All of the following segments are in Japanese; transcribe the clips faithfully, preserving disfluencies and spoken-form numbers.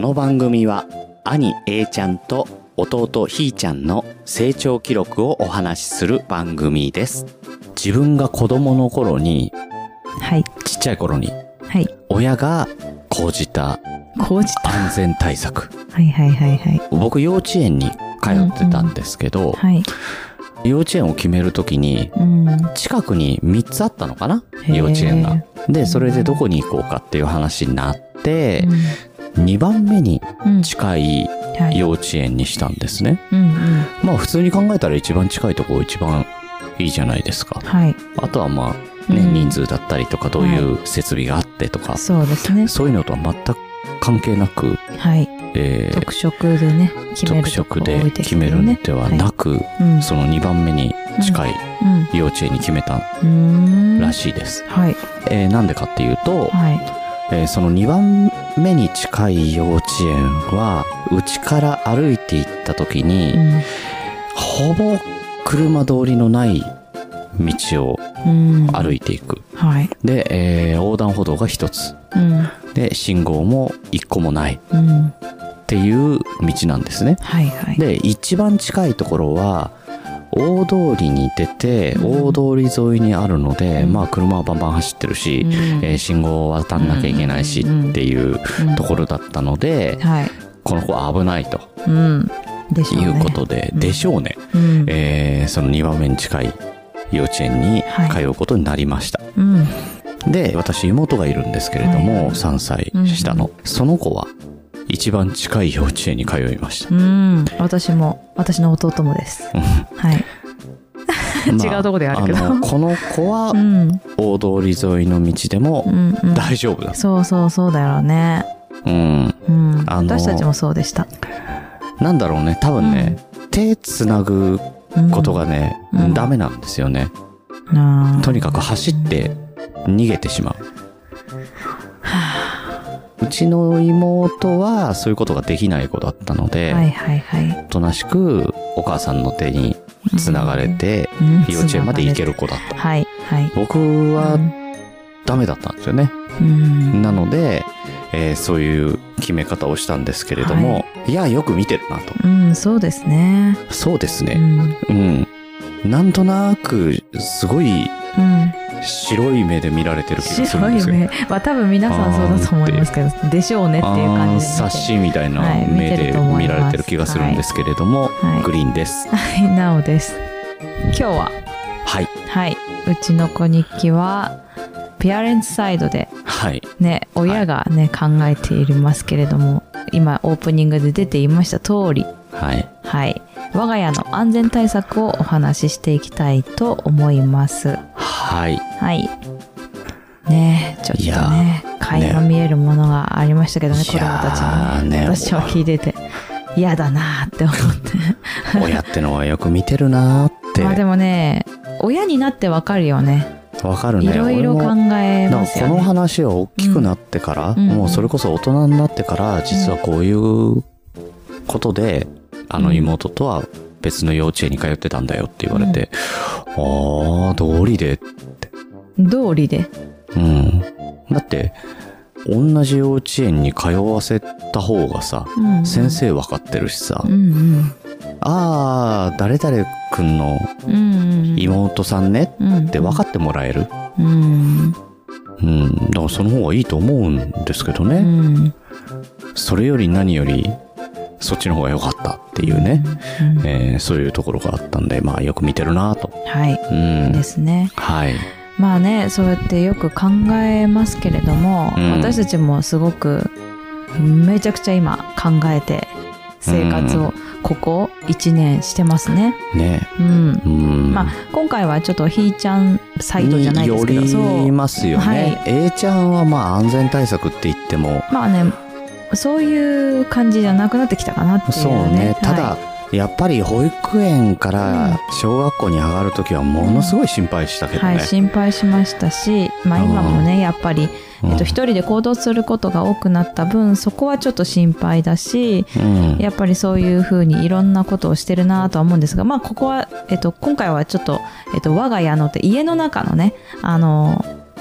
の番組は兄 A ちゃんと弟ひーちゃんの成長記録をお話しする番組です。自分が子供の頃に、 はい、 ちっちゃい頃に、 はい、 親が講じた講じた安全対策。 はいはいはいはい。 僕幼稚園に通ってたんですけど、 うんうん、はい、 幼稚園を決めるときに、うん、近くにみっつあったのかな、幼稚園が。で、それでどこに行こうかっていう話になって、うん、にばんめに近い幼稚園にしたんですね。うんうんうん、まあ普通に考えたら一番近いとこ一番いいじゃないですか。はい、あとはまあね、うん、人数だったりとかどういう設備があってとか、はい、 そうですね。 そういうのとは全く関係なく、はい、えー、 特色でね決めるとこ多いですよね。 特色で決めるんではなく、はい、そのにばんめに近い幼稚園に決めたらしいです。はい、えー、なんでかっていうと、はい、えー、そのにばんめに近い幼稚園はうちから歩いて行った時に、うん、ほぼ車通りのない道を歩いていく、うん、はい、で、えー、横断歩道が一つ、うん、で信号も一個もない、うん、っていう道なんですね。はいはい、で一番近いところは大通りに出て、うん、大通り沿いにあるので、うん、まあ車はバンバン走ってるし、うん、えー、信号を渡んなきゃいけないしっていうところだったので、うん、はい、この子は危ないと、うん、でしょうね、いうことで、うん、でしょうね、うん、えー、そのにばんめに近い幼稚園に通うことになりました。はい、うん、で、私妹がいるんですけれども、はい、さんさい下の、うん、その子は一番近い幼稚園に通いました。うん、 私も、私の弟もです。はい。まあ、違うとこであるけど。 あのこの子は大通り沿いの道でも大丈夫だ。うんうん、 そうそうそうだよね。うん。うん、あの私たちもそうでした。 なんだろうね、多分ね、うん、手つなぐことがね、うん、ダメなんですよね。うん、とにかく走って逃げてしまう。うちの妹はそういうことができない子だったので、はいはいはい、おとなしくお母さんの手につながれて、うん、幼稚園まで行ける子だった。はいはい、僕はダメだったんですよね。うん、なので、えー、そういう決め方をしたんですけれども、はい、いや、よく見てるなと。 うん、そうですね。 そうですね。うん。うん、なんとなく、すごい、うん、白い目で見られてる気がするんですよ。白い目。 まあ多分皆さんそうだと思いますけど、でしょうねっていう感じで。 察しみたいな目で見られてる気がするんですけれども、はい、グリーンです。 はい、なおです。今日は、はい。はい。うちの子日記は、ペアレンツサイドで、はい。ね、親がね、はい、考えていますけれども、今オープニングで出ていました通り、はい。はい。我が家の安全対策をお話ししていきたいと思います。はい。はい。ねえ、ちょっとね、垣間見えるものがありましたけどね、子供たちに、ね。私は聞いてて、嫌だなって思って。 親ってのはよく見てるなって。 まあでもね、親になってわかるよね。 わかるね。 いろいろ考えますよね。 この話は大きくなってから、うん、もうそれこそ大人になってから、実はこういうことで、あの妹とは別の幼稚園に通ってたんだよって言われて、うん、ああ、道理でって。 道理で。 うん。だって、同じ幼稚園に通わせた方がさ、うんうん、先生分かってるしさ、うんうん、ああ、誰々くんの妹さんねって分かってもらえる。うん。うん。だからその方がいいと思うんですけどね。うん、それより何より、そっちの方が良かったっていうね、うんうん、えー、そういうところがあったんで、まあよく見てるなと。はい。うん。ですね。はい。 まあね、そうやってよく考えますけれども、うん、私たちもすごくめちゃくちゃ今考えて生活をここいちねんしてますね。ね。うん。うん、まあ今回はちょっとひーちゃんサイトじゃないですけど、 によりますよね。はい、A ちゃんはまあ安全対策って言っても、 まあね、そういう感じじゃなくなってきたかなっていうね。そうね。 ただ、はい、やっぱり保育園から小学校に上がるときはものすごい心配したけどね。 はい、心配しましたし、まあ今もね、やっぱり、えっと、一人で行動することが多くなった分、そこはちょっと心配だし、うん、やっぱりそういうふうにいろんなことをしてるなとは思うんですが、まあここは、えっと、今回はちょっと、えっと、我が家のって家の中のね、あの、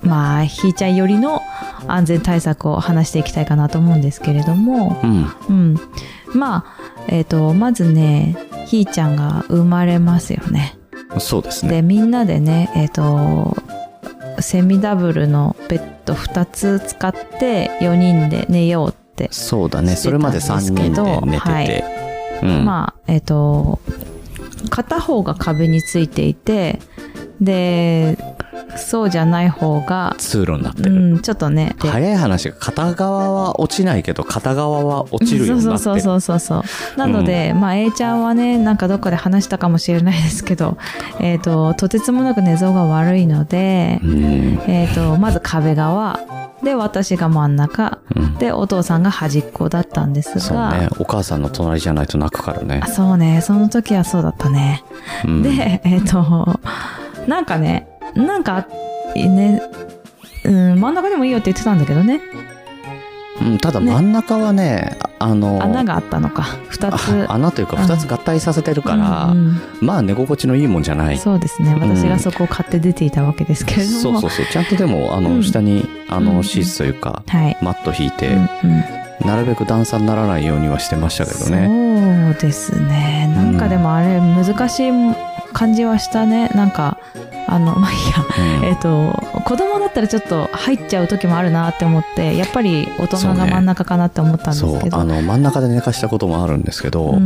まあひーちゃんよりの安全対策を話していきたいかなと思うんですけれども、うん、うん、まあえっとまずねひーちゃんが生まれますよね。 そうですね。 でみんなでねえっとセミダブルのベッドふたつ使ってよにんで寝ようってそうだね。それまでさんにんで寝てて、はい、 うん、まあえっと片方が壁についていて、でそうじゃない方が通路になってる、 うん、ちょっとね早い話が片側は落ちないけど片側は落ちるようになってる。 そうそうそうそうそうなので、うん、まあ A ちゃんはねなんかどっかで話したかもしれないですけど、えーと、とてつもなく寝相が悪いので、うん、えーと、まず壁側で私が真ん中、うん、でお父さんが端っこだったんですが、 そうね、お母さんの隣じゃないと泣くからね。 あそうね、その時はそうだったね、うん、でえっ、ー、となんかねなんかね、うん、真ん中でもいいよって言ってたんだけどね、 うん、ただ真ん中はね、ねあの穴があったのかふたつ穴というかふたつ合体させてるから、うんうん、まあ寝心地のいいもんじゃない。 そうですね、私がそこを買って出ていたわけですけれども、うん、 そうそうそう、ちゃんとでもあの、うん、下にあのシーツというか、うん、マット引いて、うんうん、なるべく段差にならないようにはしてましたけどね。そうですね、なんかでもあれ難しい感じはしたね。なんかあのまあいいや、うん、えっと子供だったらちょっと入っちゃう時もあるなって思って、やっぱり大人が真ん中かなって思ったんですけど、そうね、 そうあの真ん中で寝かしたこともあるんですけど、うん、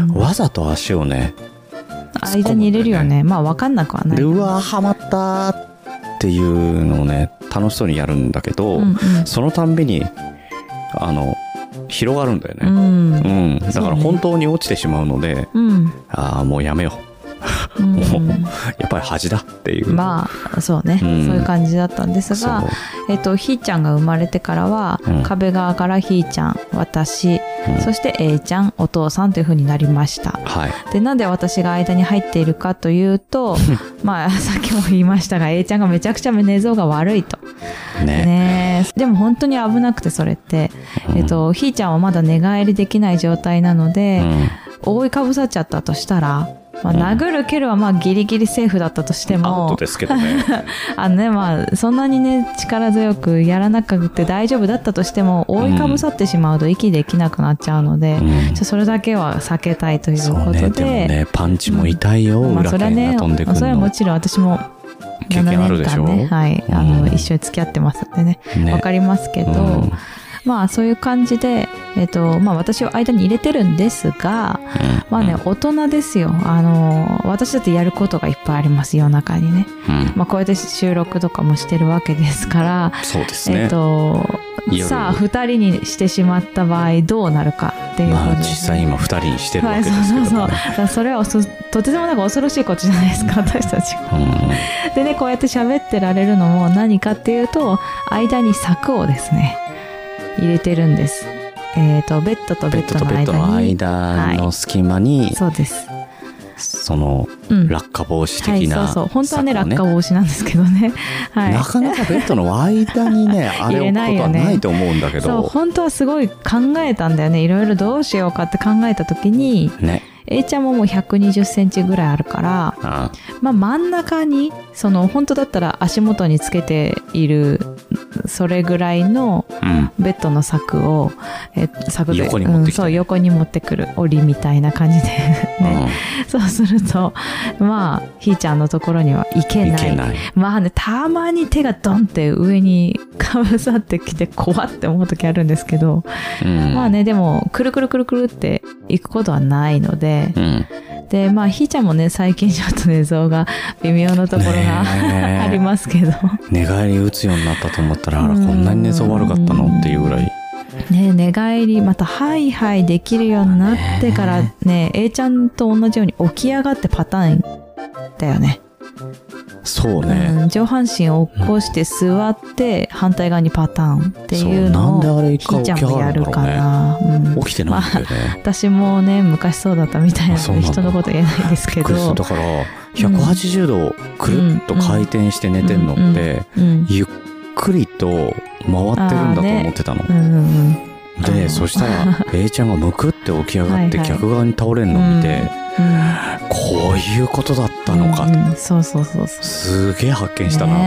わざと足をね間に入れるよね。まあ分かんなくはない。 でうわーはまったっていうのをね楽しそうにやるんだけど、うんうん、そのたんびにあの広がるんだよね、うんうん、だから本当に落ちてしまうので、うん、ああもうやめようもうやっぱり恥だっていう、 まあそうね、うん、そういう感じだったんですが、えっと、ひーちゃんが生まれてからは、うん、壁側からひーちゃん私、うん、そして A ちゃんお父さんという風になりました、はい、でなんで私が間に入っているかというとまあさっきも言いましたが A ちゃんがめちゃくちゃ寝相が悪いと ね, ねでも本当に危なくて、それって、うん、えっと、ひーちゃんはまだ寝返りできない状態なので、うん、覆いかぶさっちゃったとしたら、まあ、殴る蹴るはまあギリギリセーフだったとしても、 アウトですけどねあのね、まあそんなにね力強くやらなくて大丈夫だったとしても覆いかぶさってしまうと息できなくなっちゃうので、うん、それだけは避けたいということで、そうね、でもねパンチも痛いよ、うん、裏剣が飛んでくるの、まあ、それはもちろん私も経験あるでしょ、 ななねんかんね、はい、あの、うん、一緒に付き合ってますんでね、ねわかりますけど、うん、まあそういう感じで、えっとまあ、私を間に入れてるんですが、うん、まあね大人ですよ。あの私だってやることがいっぱいあります夜中にね、うんまあ、こうやって収録とかもしてるわけですから、 そうですね、 えっとさあふたりにしてしまった場合どうなるかっていうことで、 まあ、実際今ふたりにしてるわけですけど、ね、はい、そうそうそう、 だからそれはとてつもなく恐ろしいことじゃないですか私たちは、うん、でねこうやって喋ってられるのも何かっていうと間に柵をですね入れてるんです。えーと、ベッドとベッドの間に、ベッドとベッドの間の隙間に、はい、そうです。 その、うん、落下防止的な、 はい、そうそう、本当はね落下防止なんですけどね、はい、 なかなかベッドの間にねあれ置くことはないと思うんだけど、 そう本当はすごい考えたんだよね。いろいろどうしようかって考えた時に、ね、A ちゃんももうひゃくにじゅっセンチぐらいあるから、ああまあ真ん中にその本当だったら足元につけているそれぐらいのベッドの柵を、うん、え柵で横に持ってきて、 うん、そう横に持ってくる檻みたいな感じでね、うん、そうするとまあひーちゃんのところには行けない、行けない。まあねたまに手がドンって上にかぶさってきて怖って思う時あるんですけど、うん、まあねでもくるくるくるくるって行くことはないので、うんでまあひーちゃんもね最近ちょっと寝相が微妙なところがありますけど、 寝返り打つようになったと思ったらあらこんなに寝相悪かったのっていうぐらいね、寝返りまたハイハイできるようになってからね A ちゃんと同じように起き上がってパターンだよね。 そうね、 うん、上半身を起こして座って反対側にパターンっていうのをひーちゃんもやるかな、うん、 起きてないんだよね、まあ、 私もね昔そうだったみたいなので人のこと言えないですけど、 だからひゃくはちじゅうどくるっと回転して寝てんのってゆっくりと回ってるんだと思ってたの、ねうんうん、でそしたら A ちゃんがむくって起き上がって逆側に倒れるのを見て、はいはいうん、こういうことだったのか、うんうん、 そうそうそうそうすげえ発見したな、ね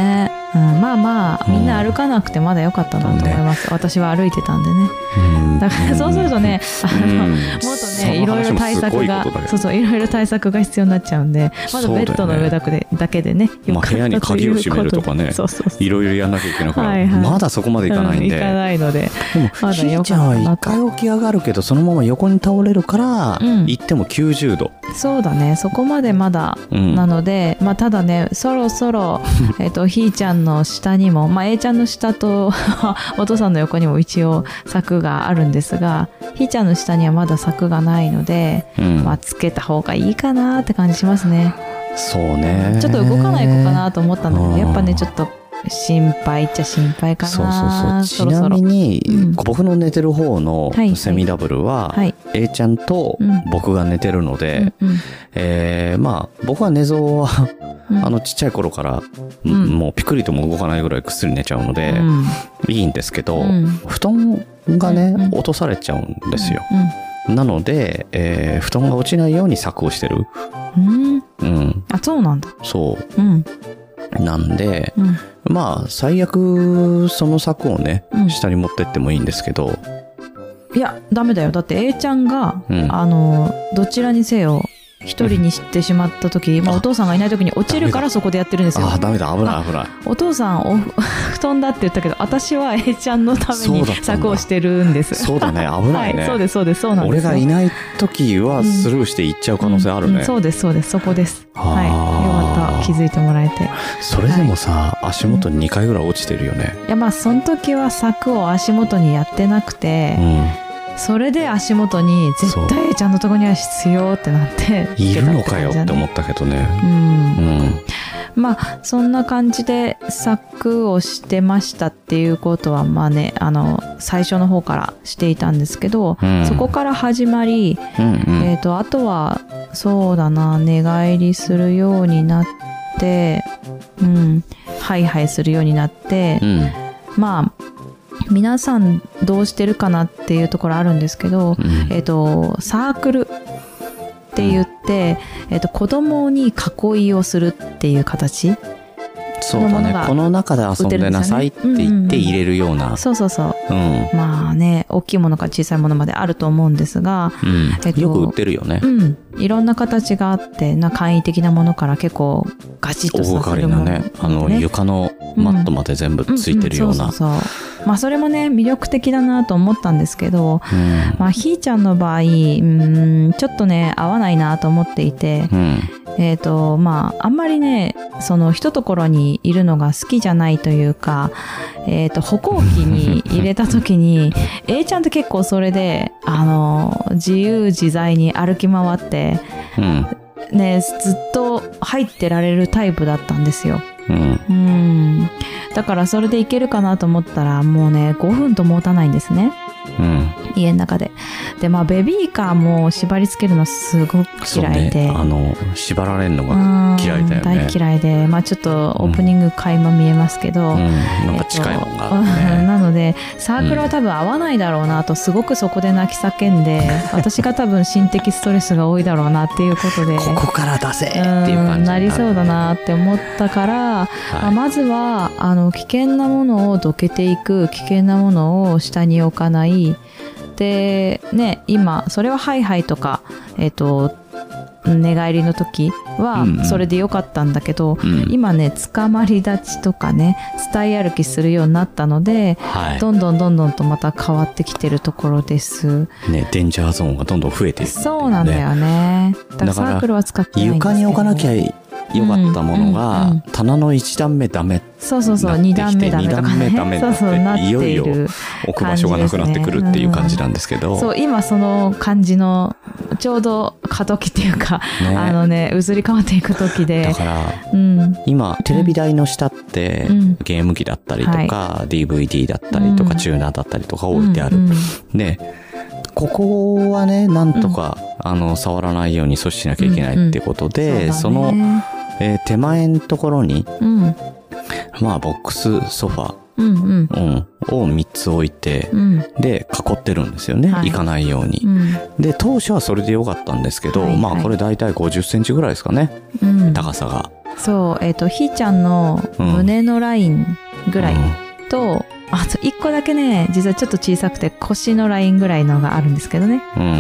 うん、まあまあみんな歩かなくてまだ良かったなと思います、うんね、私は歩いてたんでね、うん、だからそうするとね、うん、あのもっとねいろいろ対策がそうそういろいろ対策が必要になっちゃうんで、まだベッドの上だけで、だけでね、 まあ、部屋に鍵を閉めるとかね、そうそうそういろいろやんなきゃいけなくなる、はいはい、まだそこまでいかないんで、うん、いかないので、 でもまだひーちゃんは一回起き上がるけどそのまま横に倒れるから、うん、行ってもきゅうじゅうど、 そうだね、そこまでまだなので、うん、まあただねそろそろえっとひーちゃんの下にも、まあ A ちゃんの下とお父さんの横にも一応柵があるんですが、ひーちゃんの下にはまだ柵がないので、うん、まあつけた方がいいかなって感じしますね。 そうね、 ちょっと動かない子かなと思ったんだけど、やっぱねちょっと心配っちゃ心配かな。 そうそうそう。ちなみに、うん、僕の寝てる方のセミダブルは、はい、A ちゃんと僕が寝てるので、うんうん、えー、まあ僕は寝相は、うん、あのちっちゃい頃から、うん、もうピクリとも動かないぐらいぐっすり寝ちゃうので、うん、いいんですけど、うん、布団がね、うん、落とされちゃうんですよ。うんうん、なので、えー、布団が落ちないように柵をしてる。 うん。うん。あ、そうなんだ。 そう。うん。なんで、うん、まあ最悪その柵をね、うん、下に持ってってもいいんですけど、 いやダメだよ。だって A ちゃんが、うん、あのどちらにせよ一人にしてしまった時、まあ、お父さんがいない時に落ちるからそこでやってるんですよ。 ああダメだ、危ない危ない。 お父さんお布団だって言ったけど、私は A ちゃんのために柵をしてるんです。 そうだね、危ないね、 はい、そうですそうですそうなんですよ。 俺がいない時はスルーして行っちゃう可能性あるね、うんうん、そうですそうです、そこです。はい、よかった、気づいてもらえて。 それでもさ、はい、足元ににかいぐらい落ちてるよね、 うん、いやまあその時は柵を足元にやってなくて、うん、それで足元に絶対 A ちゃんのとこには必要ってなっているのかよって思ったけどね、うん、 うん、まあそんな感じで柵をしてましたっていうことはまあね、あの最初の方からしていたんですけど、うん、そこから始まり、うんうん、えーと、あとはそうだな、寝返りするようになって、うん、ハイハイするようになって、うん、まあ皆さんどうしてるかなっていうところあるんですけど、うん、えーと、サークルって言って、えーと、子供に囲いをするっていう形。 そうだね、この中で遊んでなさいって言って入れるような、うんうん、 そうそうそう、うん、まあね大きいものから小さいものまであると思うんですが、うんえっと、よく売ってるよね、 うん、いろんな形があってな、簡易的なものから結構ガチッとさせるもの、 ね、あの床のマットまで全部ついてるような、 まあそれもね魅力的だなと思ったんですけど、うん、まあひーちゃんの場合、うん、ちょっとね合わないなと思っていて、うん、えっとまああんまりねその一ところにいるのが好きじゃないというか、えっと歩行器に入れた時にA ちゃんって結構それであの自由自在に歩き回って、うんね、ずっと入ってられるタイプだったんですよ。うん、うんだからそれでいけるかなと思ったらもうねごふんとも持たないんですね、うん、家の中で。でまあベビーカーも縛り付けるのすごく嫌いで、 ね、あの縛られるのが嫌いだよね。 大嫌いで、まあちょっとオープニング垣間見えますけど、うんうん、 なんか近いもんがあるね、 なのでサークルは多分合わないだろうなとすごくそこで泣き叫んで、私が多分心的ストレスが多いだろうなっていうことでここから出せっていう感じになる、 なりそうだなって思ったから、はいまあ、まずはあの危険なものをどけていく、危険なものを下に置かないでね、今それはハイハイとかえっと寝返りの時はそれでよかったんだけど、うんうん、今ねつかまり立ちとかね伝い歩きするようになったので、はい、どんどんどんどんとまた変わってきてるところです。 ね、デンジャーゾーンがどんどん増えている、ね、 そうなんだよね。だからサークルは使ってないんですけど、 床に置かなきゃよかったものが、うんうんうん、棚のいち段目ダメそうそうそうに段目ダメとかね、 に段目ダメそうそうなっている、いよいよ置く場所がなくなってくるっていう感じなんですけど、 うん、そう今その感じのちょうど過渡期っていうか、ね、あのね移り変わっていく時で、 だから、うん、今テレビ台の下って、うん、ゲーム機だったりとか、はい、ディーブイディー だったりとか、うん、チューナーだったりとか置いてある、うんうん、でここはねなんとか、うん、あの触らないように阻止しなきゃいけないってことで、うんうん そ, その、えー、手前のところに、うん、まあボックスソファうんうんうん、をみっつ置いて、うん、で囲ってるんですよね、はい、行かないように、うん、で当初はそれでよかったんですけど、はいはい、まあこれ大体ごじゅっセンチぐらいですかね、うん、高さがそう、えっ、ー、とひーちゃんの胸のラインぐらいと、うん、あといっこだけね実はちょっと小さくて腰のラインぐらいのがあるんですけどね。うん。うん、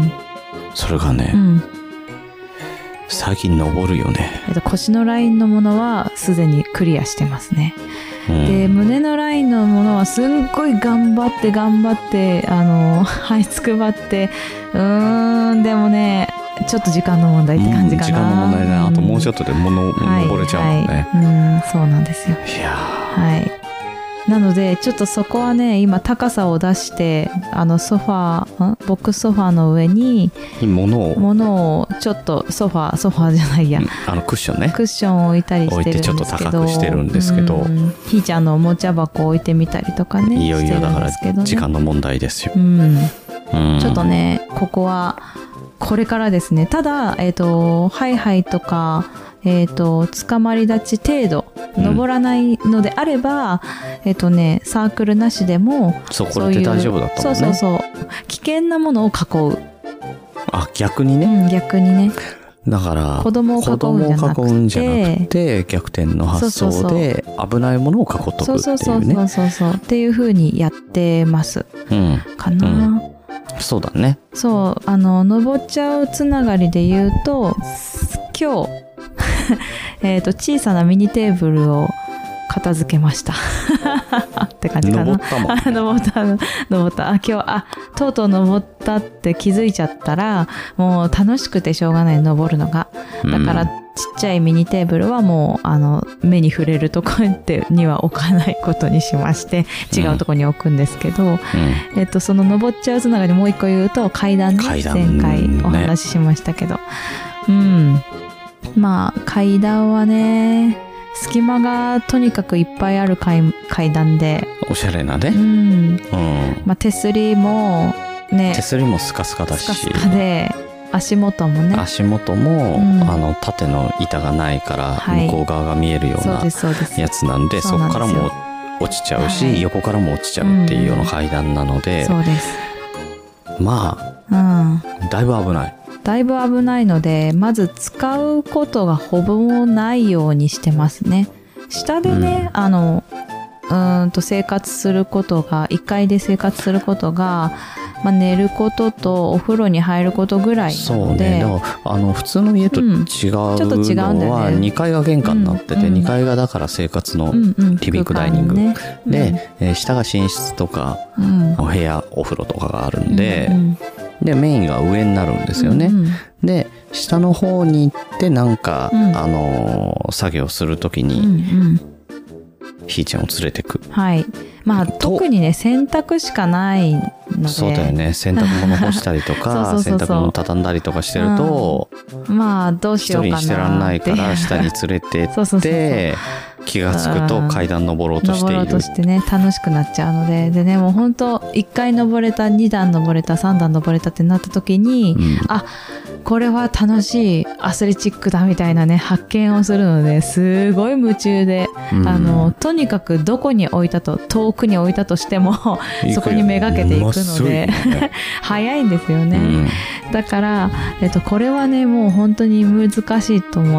それがね、うん、最近登るよね。 えっと腰のラインのものはすでにクリアしてますね。うん、で胸のラインのものはすんごい頑張って頑張ってあの這いつくばってうーんでもねちょっと時間の問題って感じかな。 うん、時間の問題だな。あともうちょっとでもの、うん、登れちゃうもんね。 はいはい、うんそうなんですよ。 いやはい。なのでちょっとそこはね今高さを出してあのソファーボックスソファーの上に物を物をちょっとソファーソファーじゃないや、 あのクッションねクッションを置いたりしてるんですけど、 置いてちょっと高くしてるんですけど、うん、 ひーちゃんのおもちゃ箱を置いてみたりとかねいよいよだから時間の問題ですよ。 うん、うん、ちょっとねここはこれからですね。ただえっ、ー、とハイハイとかえっ、ー、と捕まり立ち程度登らないのであれば、うん、えっとねサークルなしでもそうこれって大丈夫だったもんね。 そうそうそう危険なものを囲う。 あ逆にね、 うん、逆にねだから子供を囲うんじゃなくて逆転の発想で危ないものを囲っとくっていうね。 そうそうそうそうそうっていう風にやってます、うん、かな、うん、 そうだね。 そうあの登っちゃうつながりで言うと今日えっと小さなミニテーブルを片付けましたって感じかな。 登ったもん、ね、 登った登ったあ今日あとうとう登ったって気づいちゃったらもう楽しくてしょうがない登るのが。だから、うん、ちっちゃいミニテーブルはもうあの目に触れるところには置かないことにしまして違うところに置くんですけど、うんえっと、その登っちゃうつながりでもう一個言うと階段ね階段前回お話ししましたけど、ね、うんまあ階段はね隙間がとにかくいっぱいある階, 階段でおしゃれなね、 うんうんまあ、手すりもね手すりもスカスカだしスカスカで足元もね足元も、うん、あの縦の板がないから向こう側が見えるようなやつなんで、はい、そこからも落ちちゃうし、はい、横からも落ちちゃうっていうような階段なので、 うん、そうですまあ、うん、だいぶ危ないだいぶ危ないのでまず使うことがほぼないようにしてますね。下でね、うん、あのうーんと生活することがいっかいで生活することが、まあ、寝ることとお風呂に入ることぐらいなので。そうね。でもあの普通の家と違うのはにかいが玄関になってて、うん、にかいがだから生活のリビングダイニング、うんうんね、で、うん、下が寝室とか、うん、お部屋お風呂とかがあるんで、うんうんでメインが上になるんですよね、うんうん、で下の方に行ってなんか、うん、あのー、作業するときに、うんうん、ひーちゃんを連れてく。 はいまあ特にね洗濯しかないので。 そうだよね洗濯物干したりとかそうそうそうそう洗濯物畳んだりとかしてると、 うん、まあどうしようかなって一人にしてらんないから下に連れてってそうそうそうそう気がつくと階段登ろうとしている。 登ろうとしてね楽しくなっちゃうのででねもう本当いっかい登れたにだん登れたさんだん登れたってなった時に、うん、あこれは楽しいアスレチックだみたいなね発見をするのですごい夢中で、うん、あのとにかくどこに置いたと遠くに置いたとしてもそこにめがけていくので、ね、早いんですよね、うん、だから、えっと、これはねもう本当に難しいと思って、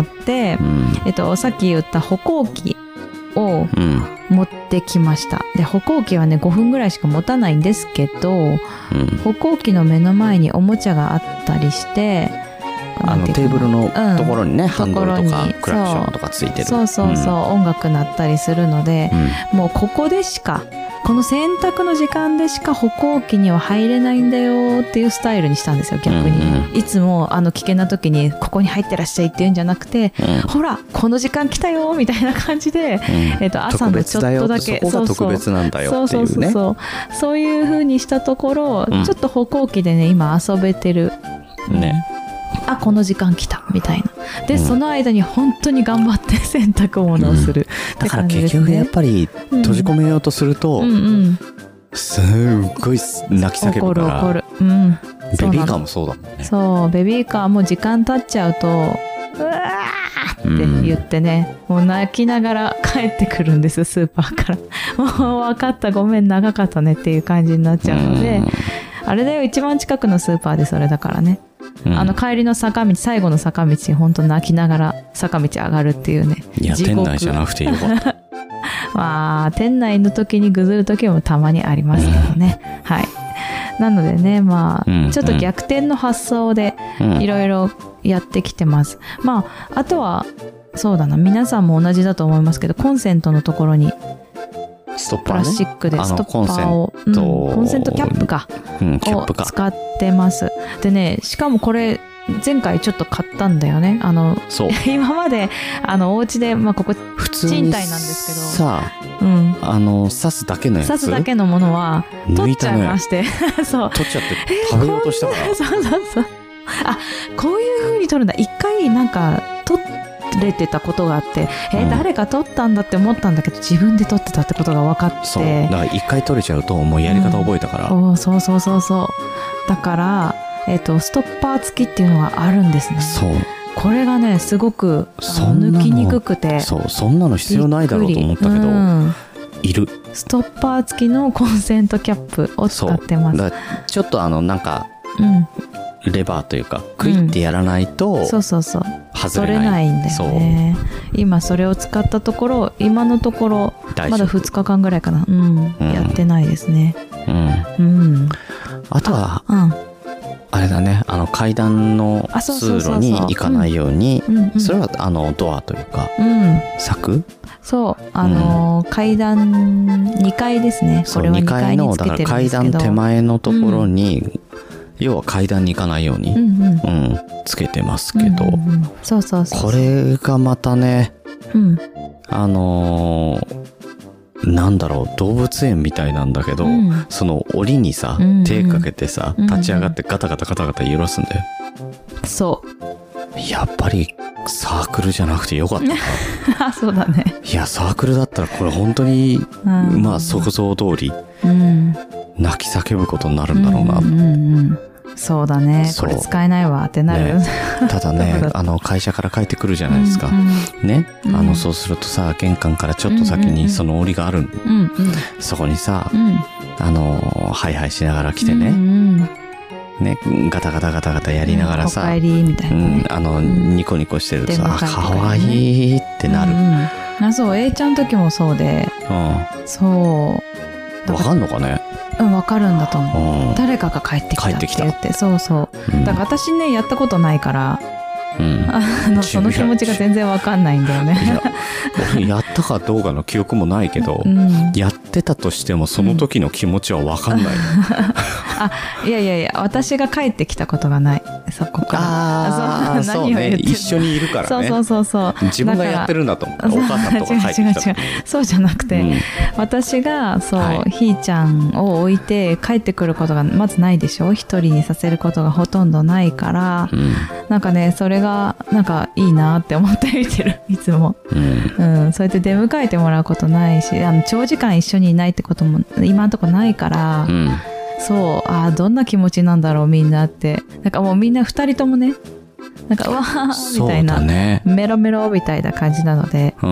うんえっと、さっき言った歩行器を持ってきました。で歩行器はねごふんぐらいしか持たないんですけど、うん、歩行器の目の前におもちゃがあったりしてあのテーブルのところにね、うん、ハンドルとかクラクションとかついてるそうそうそうそう、うん、音楽鳴ったりするので、うん、もうここでしかこの洗濯の時間でしか歩行器には入れないんだよっていうスタイルにしたんですよ逆に、うんうん、いつもあの危険な時にここに入ってらっしゃいって言うんじゃなくて、うん、ほらこの時間来たよみたいな感じで、うんえー、と朝のちょっとだけそこが特別なんだよっていうねそうそうそうそうそういう風にしたところ、うん、ちょっと歩行器でね今遊べてるね、うん、あこの時間来たみたいなで、うん、その間に本当に頑張って洗濯物をする、うん、 だから結局やっぱり閉じ込めようとすると、うんうんうん、すっごい泣き叫ぶから怒る怒る、うん、 ベビーカーもそうだもんねそうベビーカーも時間経っちゃうとうわーって言ってね、うん、もう泣きながら帰ってくるんですスーパーからもう分かったごめん長かったねっていう感じになっちゃうので、うん、あれだよ一番近くのスーパーでそれだからねうん、あの帰りの坂道、最後の坂道、本当泣きながら坂道上がるっていうね。 いや、店内じゃなくてよかった。 まあ、店内の時にぐずる時もたまにありますけどね。うん、はい。なのでね、まあ、うん、ちょっと逆転の発想でいろいろやってきてます。うん、まあ、あとは、そうだな、皆さんも同じだと思いますけど、コンセントのところに、 ストッパー、ね、 プラスチックでストッパーを、コンセント、うん、コンセントキャップか、うん、キャップかを使ってます。でね、しかもこれ、前回ちょっと買ったんだよね。あの、そう。今まで、あの、お家で、まあ、ここ、賃貸なんですけど。 さあ、うん。あの、刺すだけのやつ。 刺すだけのものは、取っちゃいまして。そう。 取っちゃって、食べようとしたから。 そうそうそう。あ、こういう風に取るんだ。一回、なんか、取れてたことがあって、えーうん、誰か取ったんだって思ったんだけど、自分で取ってたってことが分かって。 そう。だから一回取れちゃうと、もうやり方覚えたから。 うん、そうそうそうそう。だから、えっと、ストッパー付きっていうのがあるんですね。 そう。 これがね、すごく抜きにくくて。 そう、そんなの必要ないだろうと思ったけど、うん、いる。 ストッパー付きのコンセントキャップを使ってます。 そうだちょっとあの、なんか、うん、レバーというか、クイってやらないと、うん、そうそうそう。外れない。取れないんだよね。今それを使ったところ、今のところ、まだふつかかんぐらいかな。うん。うん、やってないですね。うん。うん。 あとは、うん。あれだね、あの階段の通路に行かないように、それはあのドアというか、うん、柵？ そう、あのーうん、階段にかいですね。 これはにかいの、だから階段手前のところに、うん、要は階段に行かないように、うんうんうん、つけてますけど、うんうんうん、そうそうそう。これがまたね、うん、あのーなんだろう、動物園みたいなんだけど、うん、その檻にさ、うんうん、手かけてさ、立ち上がってガタガタガタガタ揺らすんだよ。 そう。 やっぱりサークルじゃなくてよかったな。そうだね。 いや、サークルだったらこれ本当に、うん、まあ想像通り、うん、泣き叫ぶことになるんだろうな。うんうんうんそうだね。これ使えないわってなる。ね、 ただね、あの会社から帰ってくるじゃないですか。うんうん、ね、うん、あのそうするとさ、玄関からちょっと先にその檻がある。うんうん、そこにさ、うん、あのハイハイしながら来てね、うんうん、ね、ガタガタガタガタやりながらさ、 うん、お帰りみたいな、ね、 うん、あのニコニコしてるとさ、ね、可愛いってなる。うんうん、あ、そう、A ちゃんの時もそうで、うん、そう。 わかんのかね。 うん、わかるんだと思う。誰かが帰ってきたって言って。そうそう。うん、だから私ね、やったことないから、うん、あのその気持ちが全然わかんないんだよね。 いや、やったかどうかの記憶もないけど、うん、やってたとしてもその時の気持ちはわかんない。うん、 あ、いやいやいや、私が帰ってきたことがない。そこから。 ああ、そうね。一緒にいるからね。 そうそうそうそう。 自分がやってるんだと思う。お母さんとか帰ってきた。違う違う違う。 そうじゃなくて、うん、私がそう、はい、ひーちゃんを置いて帰ってくることがまずないでしょ。一人にさせることがほとんどないから、うん、なんかね、それがなんかいいなって思って見てる。いつも。うん。うん、そうやって出迎えてもらうことないし、あの長時間一緒にいないってことも今のところないから。うんそう、ああ、どんな気持ちなんだろう、みんなって。なんかもうみんな二人ともね、なんか、わーみたいな、ね、メロメロみたいな感じなので。うん。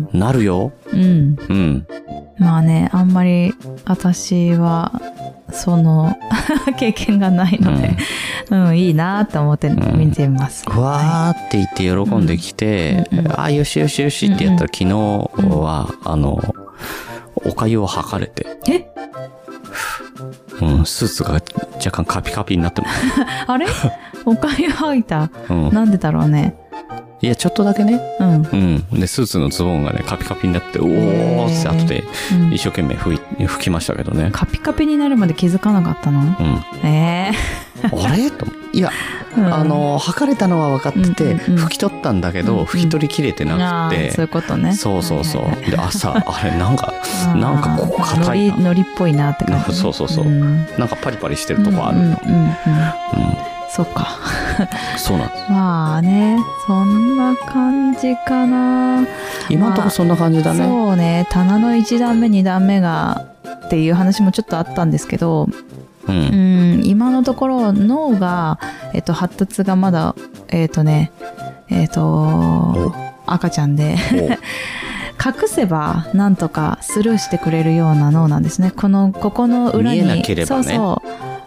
うん、なるよ。 うん。うん。まあね、あんまり私は、その、経験がないので、うん、うん、いいなって思って見てます。 うん、わーって言って喜んできて、うん、ああ、よしよしよしってやったら、昨日は、うん、あの、お粥を剥かれて。 えうん、スーツが若干カピカピになってます。 あれおかゆ履いた、うん、なんでだろうね。 いや、ちょっとだけね。うん。うん。で、スーツのズボンがね、カピカピになって、おーって後で一生懸命拭い、拭きましたけどね。 カピカピになるまで気づかなかったの？うん。えー。あれといや、うん、あの、履かれたのは分かってて、うんうん、拭き取ったんだけど、うんうん、拭き取りきれてなくて。 そういうことね。 そうそうそう。はいはいはい、で、朝、あれ、なんか、なんかここ硬いな。 のりっぽいなって感じ、ね。 そうそうそう。うん、なんかパリパリしてるとこあるの。うんうんうんうん。うんそうか。 そうなんです。 まあね、そんな感じかな。 今のところそんな感じだね。 まあ、そうね、棚のいち段目、に段目がっていう話もちょっとあったんですけど、うん、うん今のところ脳が、えっと、発達がまだ、えっとね、えっと、赤ちゃんで、隠せばなんとかスルーしてくれるような脳なんですね。この、ここの裏に。 見えなければね。 そうそう。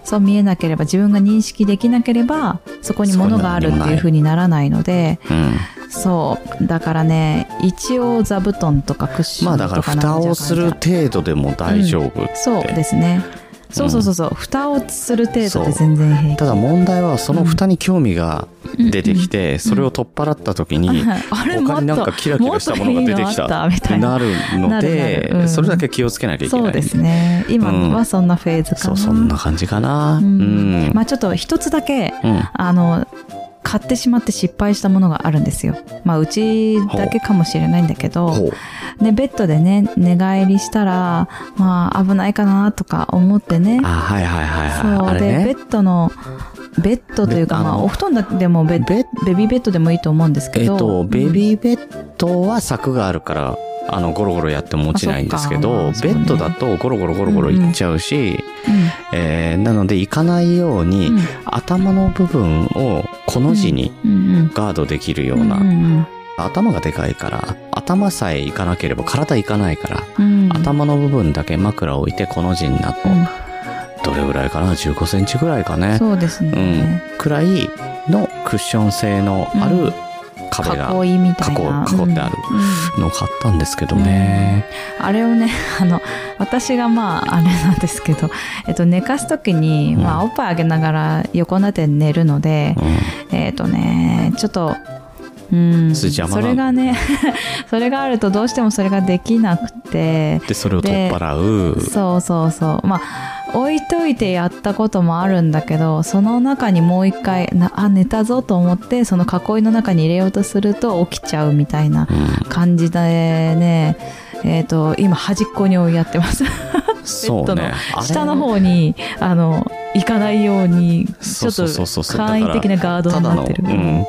そう見えなければ、自分が認識できなければそこに物があるっていう風にならないので、うん、そうだからね、一応座布団とかクッションとか、 まあだから蓋をする程度でも大丈夫って、うん、 そうですね。そうそうそうそう、うん、蓋をする程度で全然平気。 ただ問題はその蓋に興味が出てきて、うん、それを取っ払った時に、うん、他になんかキラキラしたものが出てきたってなるので、うん、それだけ気をつけなきゃいけない。 そうですね。今はそんなフェーズかな。 うん、そう、そんな感じかな。うんうん、まあちょっと一つだけ、うん、あの買ってしまって失敗したものがあるんですよ。まあうちだけかもしれないんだけど、ね、ベッドでね寝返りしたら、まあ危ないかなとか思ってね。 あ、はいはいはいはい。 そう、あれね、でベッドのベッドというか、まあお布団でもベベベビーベッドでもいいと思うんですけど、えっとベビーベッドは柵があるから。あのゴロゴロやっても落ちないんですけど、まあね、ベッドだとゴロゴロゴロゴロいっちゃうし、うんうんえー、なのでいかないように、うん、頭の部分をこの字にガードできるような、うんうん、頭がでかいから頭さえいかなければ体いかないから、うん、頭の部分だけ枕を置いてこの字になると、うん、どれぐらいかな、じゅうごセンチぐらいかね、 そうですね、 うん、くらいのクッション性のある、うん壁が囲いみたいな囲ってあるのを買ったんですけどね、 うん、あれをね、あの私がまああれなんですけど、えっと、寝かす時に、うん、まあ、おっぱいあげながら横になって寝るので、うん、えっとねちょっとうん、それがねそれがあるとどうしてもそれができなくて、 でそれを取っ払う、 そうそうそう、まあ置いといてやったこともあるんだけど、その中にもう一回なあ寝たぞと思ってその囲いの中に入れようとすると起きちゃうみたいな感じでね、うん、えっと今端っこにやってますベッドの下の方にあの行かないようにちょっと簡易的なガードになってる。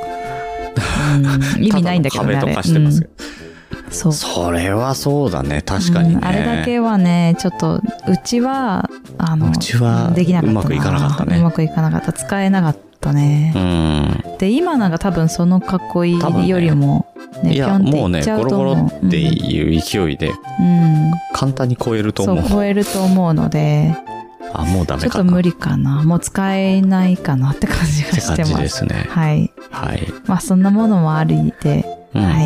うん、意味ないんだけどね、 壁とかしてますけど、 うん、そう、 それはそうだね、確かにね、うん、 あれだけはねちょっとうちはあのうちはできなかったな、うまくいかなかったね、 うまくいかなかった、使えなかったね、うん、で今なんか多分その囲いよりもね、 いやもうねゴロゴロっていう勢いで、うん、簡単に超えると思う、 そう超えると思うので、 あ、もうダメかな、 ちょっと無理かな、もう使えないかなって感じがしてます。って感じですね。 はい。 はい。 まあそんなものもありで、うんうん、はい。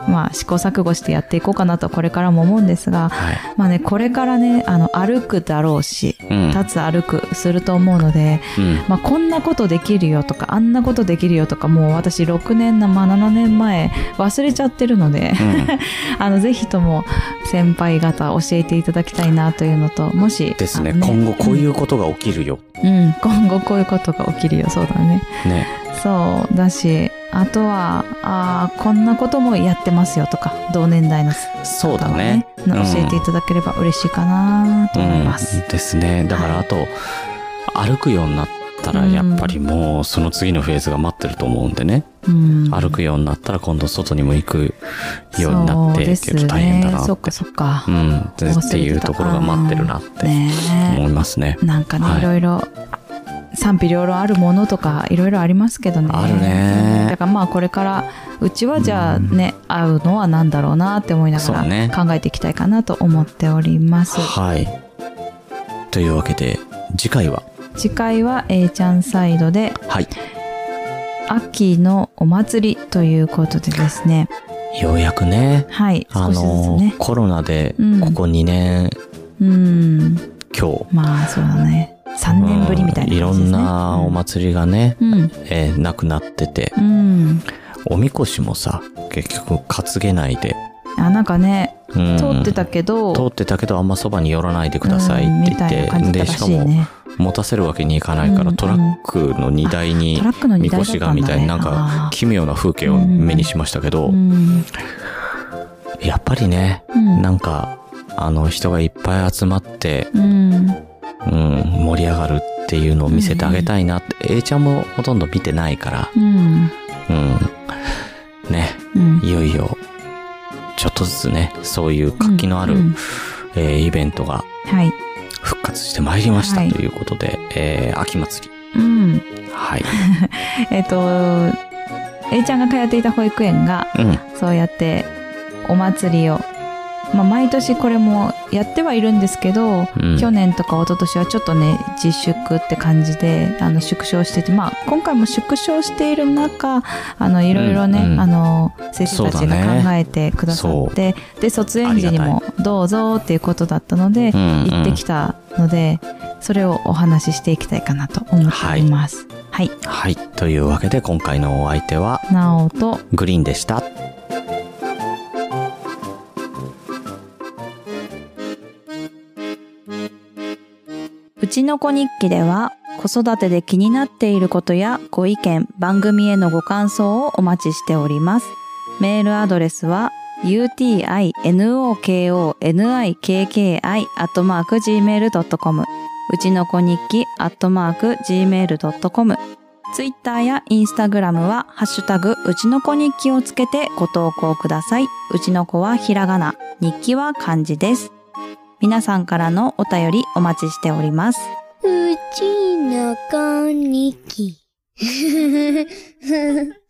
まあ試行錯誤してやっていこうかなとこれからも思うんですが、はい、まあねこれからねあの歩くだろうし、うん、立つ歩くすると思うので、うん、まあこんなことできるよとかあんなことできるよとかもう私ろくねんなまあななねんまえ忘れちゃってるので、うん、あのぜひとも先輩方教えていただきたいなというのと、もしですね、ね今後こういうことが起きるよ、 うん、うん、今後こういうことが起きるよ、そうだね。ね。そうだし、あとはあこんなこともやってますよとか同年代の方は、ね、 そうだね、 教えていただければ嬉しいかなと思います、 うんうん、ですね。だからあと、はい、歩くようになったらやっぱりもうその次のフェーズが待ってると思うんでね、うん、歩くようになったら今度外にも行くようになってっていうと大変だなって、 そっかそっか、 うん、っていうところが待ってるなって思いますね。 なんかね、はい、いろいろ賛否両論あるものとかいろいろありますけどね。 あるね。 だからまあこれからうちはじゃあね、うん、合うのは何だろうなって思いながら考えていきたいかなと思っております。 はい。というわけで次回は次回は A ちゃんサイドで、はい、秋のお祭りということでですね。 ようやくね。 はい。 あの、ね、コロナでここにねん、うん、今日。 まあそうだね。さんねんぶりみたいな感じですね、 いろんなお祭りがね、うん、えー、なくなってて、うん、おみこしもさ結局担げないで、 あなんかね、うん、通ってたけど通ってたけどあんまそばに寄らないでくださいって言って、うん、でしかも持たせるわけにいかないから、うん、トラックの荷台にみこしがみたいな、なんか奇妙な風景を目にしましたけど、うん、やっぱりね、うん、なんかあの人がいっぱい集まって、うんうん、盛り上がるっていうのを見せてあげたいなって、うん、A ちゃんもほとんど見てないから、うん、うん、ね、うん、いよいよちょっとずつねそういう活気のある、うんうん、えー、イベントが復活してまいりました、はい、ということで、えー、秋祭り、うん、はいえっと A ちゃんが通っていた保育園が、うん、そうやってお祭りをまあ、毎年これもやってはいるんですけど、うん、去年とか一昨年はちょっとね自粛って感じであの縮小してて、まあ、今回も縮小している中あのいろいろね、うんうん、あの先生たちが考えてくださって、ね、で卒園時にもどうぞっていうことだったので行ってきたので、それをお話ししていきたいかなと思っています。はい、 はいはい、というわけで今回のお相手はなおとグリーンでした。 うちの子日記では子育てで気になっていることやご意見、番組へのご感想をお待ちしております。メールアドレスは ユーティーアイエヌオーケーオーエヌアイケーケーアイ アットマーク ジーメールドットコム うちの子日記アットマーク ジーメールドットコム ツイッターやインスタグラムはハッシュタグうちの子日記をつけてご投稿ください。うちの子はひらがな、日記は漢字です。皆さんからのお便りお待ちしております。 うちの子日記